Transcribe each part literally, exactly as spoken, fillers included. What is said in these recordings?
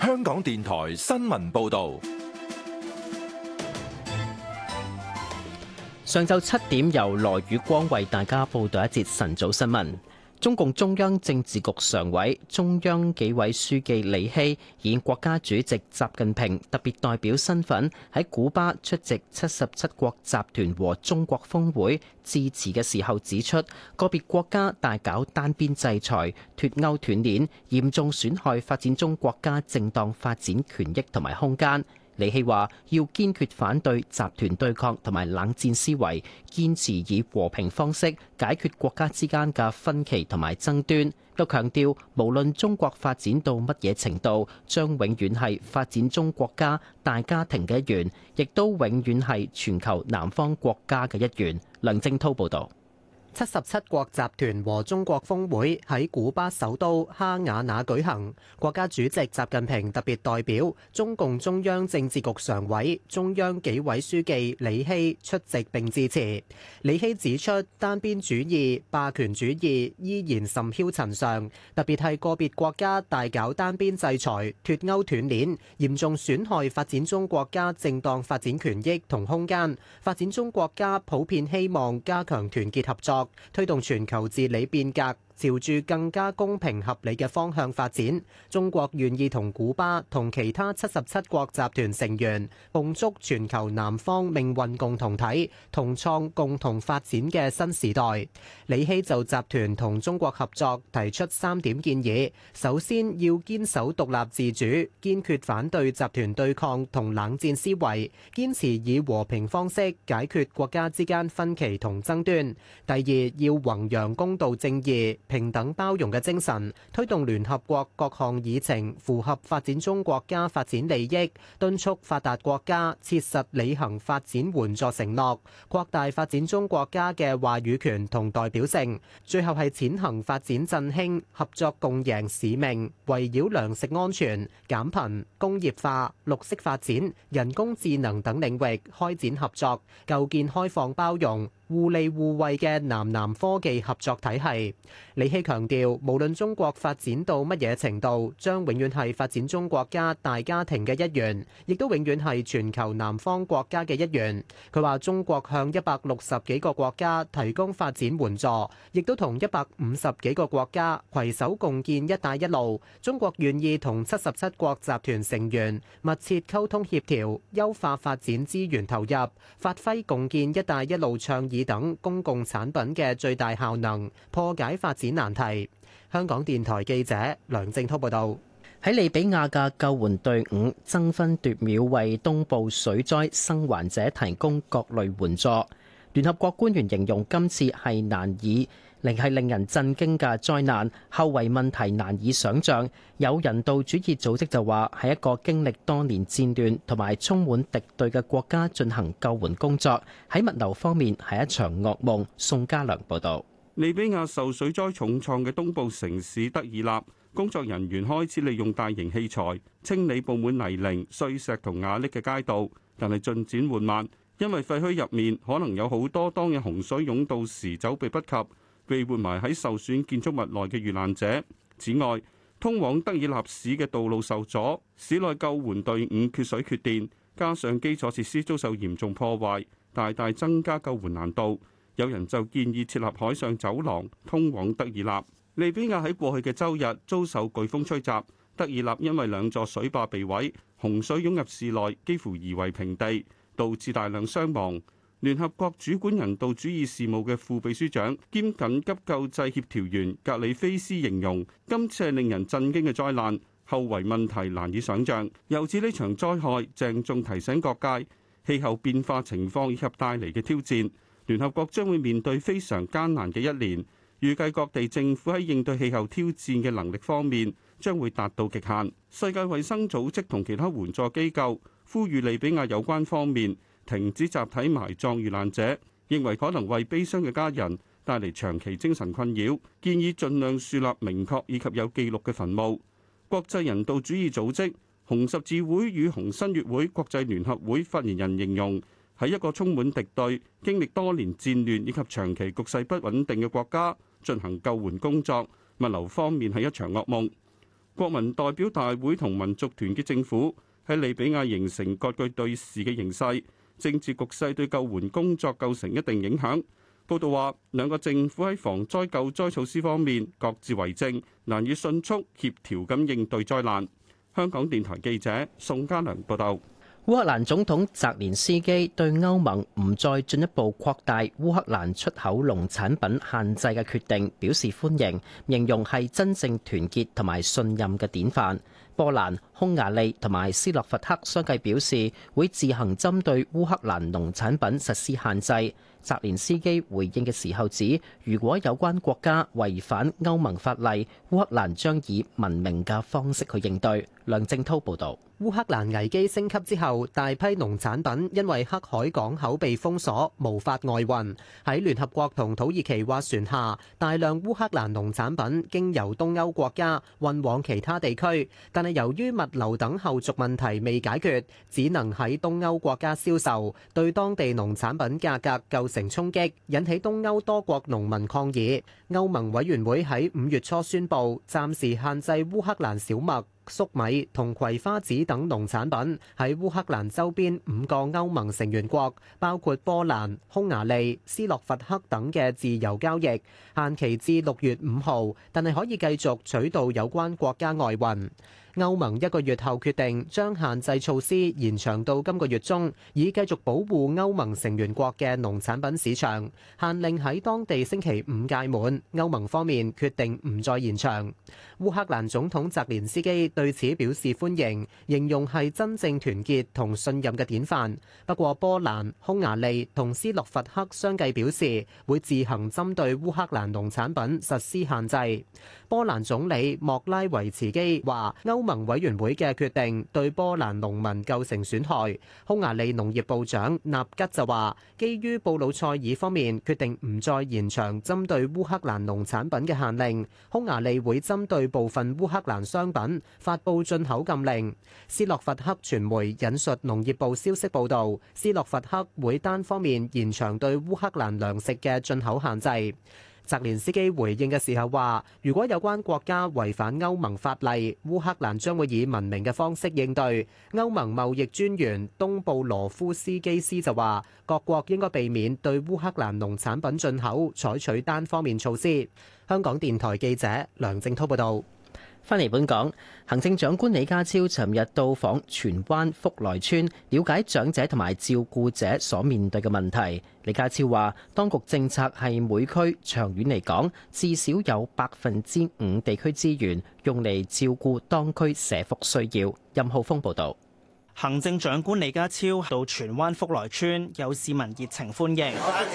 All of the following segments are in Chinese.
香港電台新聞報道。 上晝七點，由羅宇光為大家報道一節晨早新聞。中共中央政治局常委、中央紀委書記李希以國家主席習近平特別代表身份喺古巴出席七十七國集團和中國峰會致辭嘅時候指出，個別國家大搞單邊制裁、脫鈎斷鏈，嚴重損害發展中國家正當發展權益同埋空間。李希話要堅決反對集團對抗同埋冷戰思維，堅持以和平方式解決國家之間嘅分歧同埋爭端。又強調，無論中國發展到乜嘢程度，將永遠係發展中國家大家庭嘅一員，亦都永遠係全球南方國家嘅一員。梁正滔報導。 七十七國集團和中國峰會喺古巴首都哈瓦那舉行，國家主席習近平特別代表、中共中央政治局常委、中央紀委書記李希出席並致辭。李希指出，單邊主義、霸權主義依然甚囂塵上，特別係個別國家大搞單邊制裁、脫鈎斷鏈，嚴重損害發展中國家正當發展權益同空間。發展中國家普遍希望加強團結合作，推動全球治理變革朝住更加公平合理嘅方向發展。中國願意同古巴同其他七十七國集團成員共築全球南方命運共同體，同創共同發展嘅新時代。李希就集團同中國合作提出三點建議：首先要堅守獨立自主，堅決反對集團對抗同冷戰思維，堅持以和平方式解決國家之間分歧同爭端。第二，要弘揚公道正義、平等包容嘅精神，推動聯合國各項議程符合發展中國家發展利益，敦促發達國家切實履行發展援助承諾，擴大發展中國家嘅話語權同代表性。最後係踐行發展振興、合作共贏使命，圍繞糧食安全、減貧、工業化、綠色發展、人工智能等領域開展合作，構建開放包容、互利互惠嘅南南科技合作體系。李希強調，無論中國發展到乜嘢程度，將永遠係發展中國家大家庭嘅一員，亦都永遠係全球南方國家嘅一員。佢話中國向一百六十幾個國家提供發展援助，亦都同一百五十幾個國家攜手共建一帶一路。中國願意同七十七國集團成員密切溝通協調，優化發展資源投入，發揮共建一帶一路倡議等公共產品嘅最大效能，破解發展難題。香港電台記者梁正滔報導。 喺利比亞嘅救援隊伍爭分奪秒為東部水災生還者提供各類援助。聯合國官員形容今次係難以令係令人震驚嘅災難，後遺問題難以想像。有人道主義組織就話係一個經歷多年戰亂同埋充滿敵對嘅國家進行救援工作，喺物流方面係一場噩夢。宋家良報導。 利比亞受水災重創嘅東部城市德爾納，工作人員開始利用大型器材清理佈滿泥濘、碎石同瓦礫嘅街道，但係進展緩慢，因為廢墟入面可能有好多當日洪水湧到時走避不及，被活埋喺受損建築物內嘅遇難者。此外，通往德爾納市嘅道路受阻，市內救援隊伍缺水缺電，加上基礎設施遭受嚴重破壞，大大增加救援難度。有人就建議設立海上走廊通往德爾納。利比亞喺過去嘅週日遭受颶風吹襲，德爾納因為兩座水壩被毀，洪水湧入市內，幾乎夷為平地，導致大量傷亡。聯合國主管人道主義事務嘅副秘書長兼緊急救濟協調員格里菲斯形容，今次係令人震驚嘅災難，後遺問題難以想像。又指呢場災害鄭重提醒各界氣候變化情況以及帶嚟嘅挑戰。聯合國將會面對非常艱難嘅一年，預計各地政府喺應對氣候挑戰嘅能力方面將會達到極限。世界衛生組織同其他援助機構呼籲利比亞有關方面停止集體埋葬遇難者，認為可能為悲傷嘅家人帶嚟長期精神困擾，建議盡量樹立明確以及有記錄嘅墳墓。國際人道主義組織、紅十字會與紅新月會國際聯合會發言人形容，喺一個充滿敵對、經歷多年戰亂以及長期局勢不穩定嘅國家進行救援工作，物流方面係一場噩夢。 國民代表大會同民族團結政府喺利比亞形成割據對峙嘅形勢，政治局勢對救援工作構成一定影響。報道話，兩個政府喺防災救災措施方面各自為政，難以迅速協調咁應對災難。香港電台記者宋家良報道。 烏克蘭總統澤連斯基對歐盟唔再進一步擴大烏克蘭出口農產品限制嘅決定表示歡迎，形容係真正團結同埋信任嘅典範。波蘭、匈牙利同埋斯洛伐克相繼表示會自行針對烏克蘭農產品實施限制。澤連斯基回應嘅時候指，如果有關國家違反歐盟法例，烏克蘭將以文明嘅方式去應對。梁正濤報道。 烏克蘭危機升級之後，大批農產品因為黑海港口被封鎖，無法外運。喺聯合國同土耳其斡旋下，大量烏克蘭農產品經由東歐國家運往其他地區，但係由於物流等後續問題未解決，只能喺東歐國家銷售，對當地農產品價格構成衝擊，引起東歐多國農民抗議。歐盟委員會喺五月初宣布，暫時限制烏克蘭小麥、粟米同葵花籽等農產品喺烏克蘭周邊五個歐盟成員國，包括波蘭、匈牙利、斯洛伐克等嘅自由交易，限期至六月五號，但係可以繼續取道有關國家外運。歐盟一個月後決定將限制措施延長到今個月中，以繼續保護歐盟成員國嘅農產品市場。限令喺當地星期五屆滿，歐盟方面決定唔再延長。烏克蘭總統澤連斯基對此表示歡迎，形容係真正團結同信任嘅典範。不過波蘭、匈牙利同斯洛伐克相繼表示會自行針對烏克蘭農產品實施限制。波蘭總理莫拉維茨基話，歐盟委員會嘅決定對波蘭農民構成損害。匈牙利農業部長納吉就話，基於布魯塞爾方面決定唔再延長針對烏克蘭農產品嘅限令，匈牙利會針對部分烏克蘭商品發布進口禁令。斯洛伐克傳媒引述農業部消息報導，斯洛伐克會單方面延長對烏克蘭糧食嘅進口限制。澤連斯基回應嘅時候話，如果有關國家違反歐盟法例，烏克蘭將會以文明嘅方式應對。歐盟貿易專員東布羅夫斯基斯就話，各國應該避免對烏克蘭農產品進口採取單方面措施。香港電台記者梁正滔報導。 返嚟本港，行政長官李家超尋日到訪荃灣福來村，了解長者同埋照顧者所面對嘅問題。李家超話，當局政策係每區長遠嚟講，至少有百分之五地區資源用嚟照顧當區社福需要。任浩峰報導。 行政長官李家超到荃灣福來村，有市民熱情歡迎。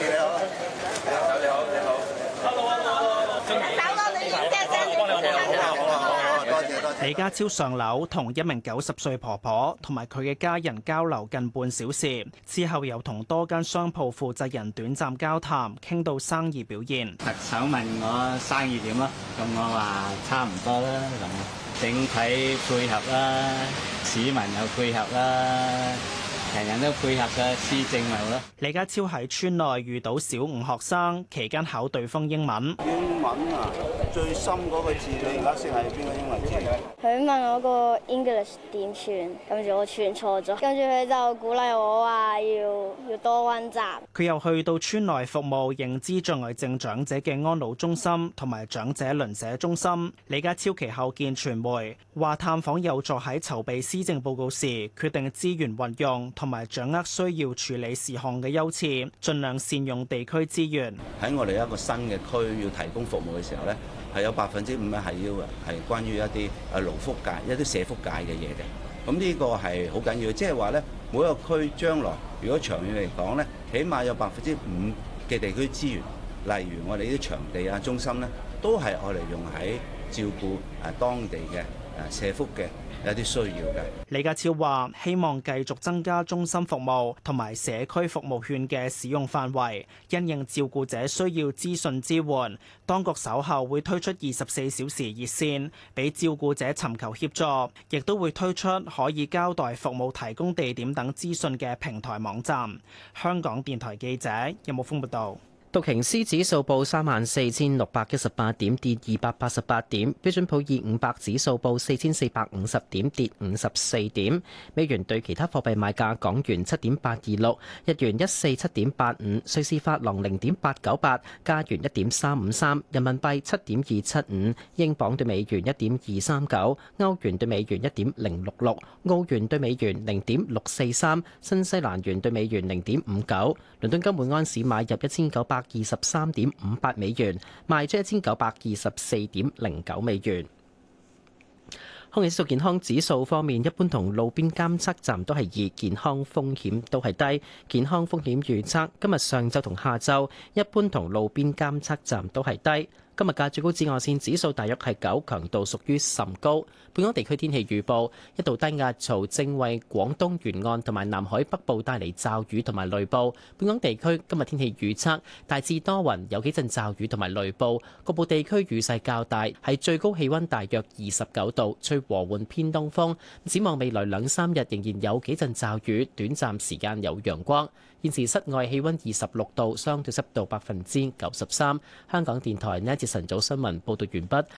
李家超上樓同一名九十歲婆婆同埋佢嘅家人交流近半小時，之後又同多間商鋪負責人短暫交談，傾到生意表現。 特首問我生意點啊？咁我話差唔多啦，咁整體配合啦，市民又配合啦。人人都配合嘅施政咪好咯。 李家超喺村內遇到小五學生，期間考對方英文。 英文啊，最深嗰個字你而家識係邊個英文字？ 佢問我個 English 點串，跟住我串錯咗，跟住佢就鼓勵我話要要多溫習。 佢又去到村內服務認知障礙症長者嘅安老中心同埋長者鄰舍中心。李家超其後見傳媒，話探訪有助喺籌備施政報告時決定資源運用，同埋掌握需要處理事項嘅優次，盡量善用地區資源。 喺我哋一個新嘅區要提供服務嘅時候咧，係有百分之五咧係要係關於一啲誒勞福界、一啲社福界嘅嘢嘅。咁呢個係好緊要，即係話咧，每一個區將來如果長遠嚟講咧，起碼有百分之五嘅地區資源，例如我哋呢啲場地啊、中心咧，都係愛嚟用喺照顧誒當地嘅誒社福嘅有啲需要嘅。 李家超話：希望繼續增加中心服務同埋社區服務券嘅使用範圍，因應照顧者需要資訊支援。當局稍後會推出二十四小時熱線，俾照顧者尋求協助，亦都會推出可以交代服務提供地點等資訊嘅平台網站。香港電台記者任木峰報道。 道瓊斯指數報三萬四千六百一十八點，跌二百八十八點。標準普爾五百指數報四千四百五十點，跌五十四點。美元對其他貨幣買價：港元七點八二六，日元一四七點八五，瑞士法郎零點八九八，加元一點三五三，人民幣七點二七五，英鎊對美元一點二三九，歐元對美元一點零六六，澳元對美元零點六四三，新西蘭元對美元零點五九。倫敦金每安士買入一千九百二十三點五八美元，賣出一千九百二十四點零九美元。空氣質素健康指數方面，一般同路邊監測站都係二，健康風險都係低。健康風險預測今日上晝同下晝，一般同路邊監測站都係低。今日嘅最高紫外線指數大約係九，強度屬於甚高。本港地區天氣預報，一道低壓槽正為廣東沿岸同埋南海北部帶嚟驟雨同埋雷暴。本港地區今日天氣預測大致多雲，有幾陣驟雨同埋雷暴，局部地區雨勢較大，係最高氣溫大約二十九度，吹和緩偏東風。展望未來兩三日仍然有幾陣驟雨，短暫時間有陽光。現時室外氣溫二十六度，相對濕度百分之九十三。香港電台呢一節晨早新聞報道完畢，